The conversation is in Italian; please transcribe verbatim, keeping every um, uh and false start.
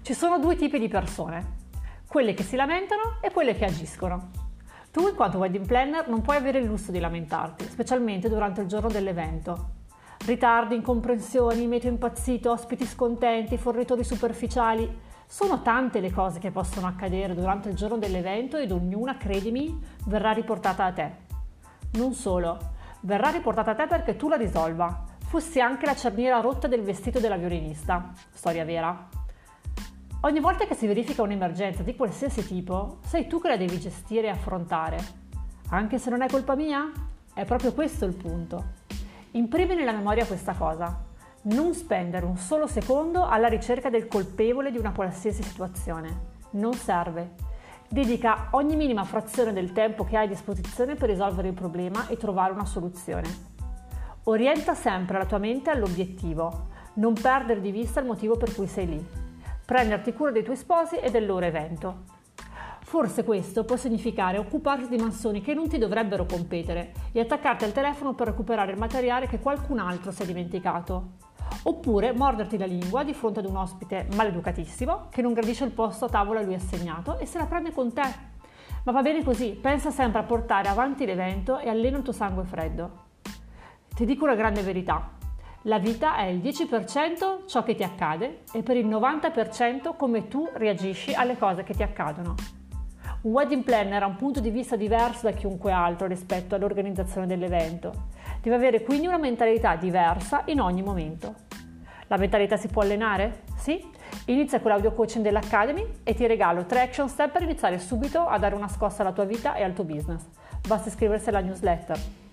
Ci sono due tipi di persone, quelle che si lamentano e quelle che agiscono. Tu, in quanto wedding planner, non puoi avere il lusso di lamentarti, specialmente durante il giorno dell'evento. Ritardi, incomprensioni, meteo impazzito, ospiti scontenti, fornitori superficiali. Sono tante le cose che possono accadere durante il giorno dell'evento ed ognuna, credimi, verrà riportata a te. Non solo, verrà riportata a te perché tu la risolva. Fossi anche la cerniera rotta del vestito della violinista. Storia vera. Ogni volta che si verifica un'emergenza di qualsiasi tipo, sei tu che la devi gestire e affrontare. Anche se non è colpa mia? È proprio questo il punto. Imprimi nella memoria questa cosa. Non spendere un solo secondo alla ricerca del colpevole di una qualsiasi situazione. Non serve. Dedica ogni minima frazione del tempo che hai a disposizione per risolvere il problema e trovare una soluzione. Orienta sempre la tua mente all'obiettivo. Non perdere di vista il motivo per cui sei lì. Prenderti cura dei tuoi sposi e del loro evento. Forse questo può significare occuparti di mansioni che non ti dovrebbero competere e attaccarti al telefono per recuperare il materiale che qualcun altro si è dimenticato. Oppure morderti la lingua di fronte ad un ospite maleducatissimo che non gradisce il posto a tavola a lui assegnato e se la prende con te. Ma va bene così, pensa sempre a portare avanti l'evento e allena il tuo sangue freddo. Ti dico una grande verità. La vita è il dieci per cento ciò che ti accade e per il novanta per cento come tu reagisci alle cose che ti accadono. Un wedding planner ha un punto di vista diverso da chiunque altro rispetto all'organizzazione dell'evento. Deve avere quindi una mentalità diversa in ogni momento. La mentalità si può allenare? Sì? Inizia con l'audio coaching dell'Academy e ti regalo tre action step per iniziare subito a dare una scossa alla tua vita e al tuo business. Basta iscriversi alla newsletter.